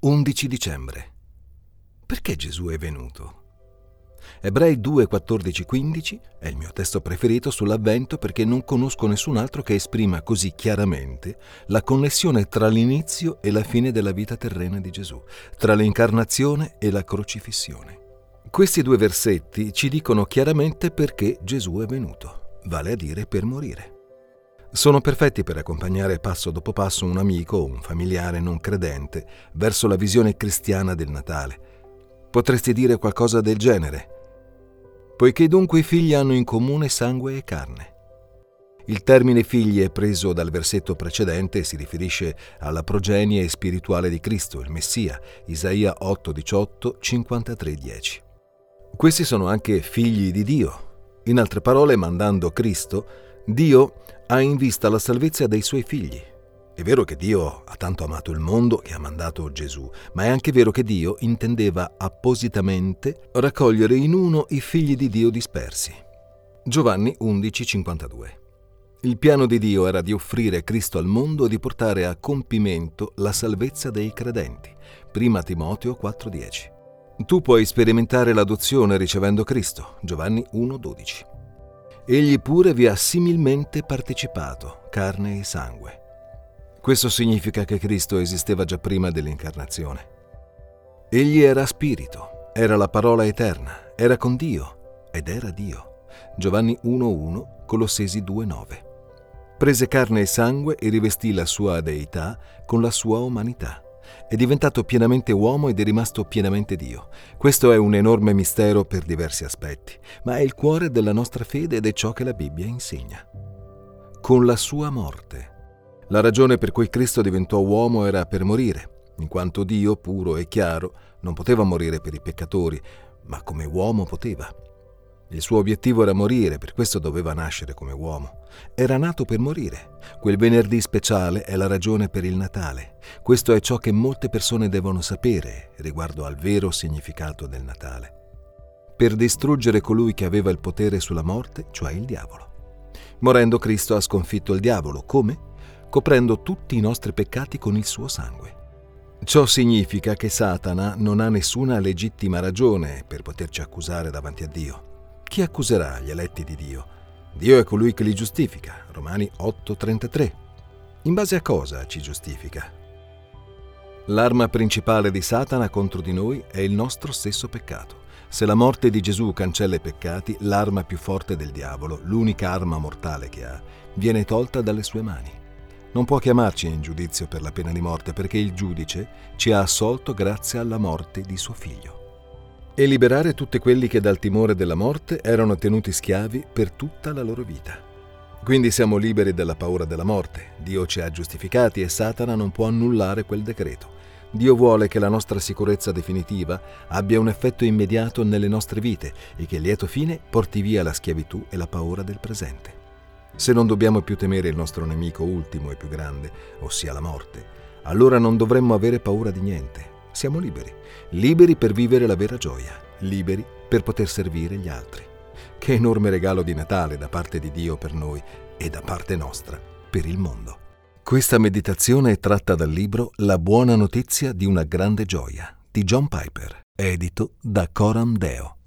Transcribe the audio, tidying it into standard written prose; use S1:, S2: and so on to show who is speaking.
S1: 11 dicembre. Perché Gesù è venuto? Ebrei 2, 14, 15 è il mio testo preferito sull'Avvento perché non conosco nessun altro che esprima così chiaramente la connessione tra l'inizio e la fine della vita terrena di Gesù, tra l'incarnazione e la crocifissione. Questi due versetti ci dicono chiaramente perché Gesù è venuto, vale a dire per morire. Sono perfetti per accompagnare passo dopo passo un amico o un familiare non credente verso la visione cristiana del Natale. Potresti dire qualcosa del genere: poiché dunque i figli hanno in comune sangue e carne. Il termine figli è preso dal versetto precedente e si riferisce alla progenie spirituale di Cristo, il Messia, Isaia 8:18, 53:10. Questi sono anche figli di Dio. In altre parole, mandando Cristo, Dio ha in vista la salvezza dei suoi figli. È vero che Dio ha tanto amato il mondo che ha mandato Gesù, ma è anche vero che Dio intendeva appositamente raccogliere in uno i figli di Dio dispersi. Giovanni 11:52. Il piano di Dio era di offrire Cristo al mondo e di portare a compimento la salvezza dei credenti. 1 Timoteo 4:10. Tu puoi sperimentare l'adozione ricevendo Cristo. Giovanni 1:12. Egli pure vi ha similmente partecipato, carne e sangue. Questo significa che Cristo esisteva già prima dell'incarnazione. Egli era spirito, era la parola eterna, era con Dio ed era Dio. Giovanni 1:1, Colossesi 2:9. Prese carne e sangue e rivestì la sua deità con la sua umanità. È diventato pienamente uomo ed è rimasto pienamente Dio. Questo è un enorme mistero per diversi aspetti, ma è il cuore della nostra fede ed è ciò che la Bibbia insegna. Con la sua morte. La ragione per cui Cristo diventò uomo era per morire, in quanto Dio, puro e chiaro, non poteva morire per i peccatori, ma come uomo poteva. Il suo obiettivo era morire, per questo doveva nascere come uomo. Era nato per morire. Quel venerdì speciale è la ragione per il Natale. Questo è ciò che molte persone devono sapere riguardo al vero significato del Natale. Per distruggere colui che aveva il potere sulla morte, cioè il diavolo. Morendo Cristo ha sconfitto il diavolo. Come? Coprendo tutti i nostri peccati con il suo sangue. Ciò significa che Satana non ha nessuna legittima ragione per poterci accusare davanti a Dio. Chi accuserà gli eletti di Dio? Dio è colui che li giustifica. Romani 8:33. In base a cosa ci giustifica? L'arma principale di Satana contro di noi è il nostro stesso peccato. Se la morte di Gesù cancella i peccati, l'arma più forte del diavolo, l'unica arma mortale che ha, viene tolta dalle sue mani. Non può chiamarci in giudizio per la pena di morte perché il giudice ci ha assolto grazie alla morte di suo figlio. E liberare tutti quelli che dal timore della morte erano tenuti schiavi per tutta la loro vita. Quindi siamo liberi dalla paura della morte. Dio ci ha giustificati e Satana non può annullare quel decreto. Dio vuole che la nostra sicurezza definitiva abbia un effetto immediato nelle nostre vite e che il lieto fine porti via la schiavitù e la paura del presente. Se non dobbiamo più temere il nostro nemico ultimo e più grande, ossia la morte, allora non dovremmo avere paura di niente. Siamo liberi per vivere la vera gioia, liberi per poter servire gli altri. Che enorme regalo di Natale da parte di Dio per noi e da parte nostra per il mondo. Questa meditazione è tratta dal libro La buona notizia di una grande gioia di John Piper, edito da Coram Deo.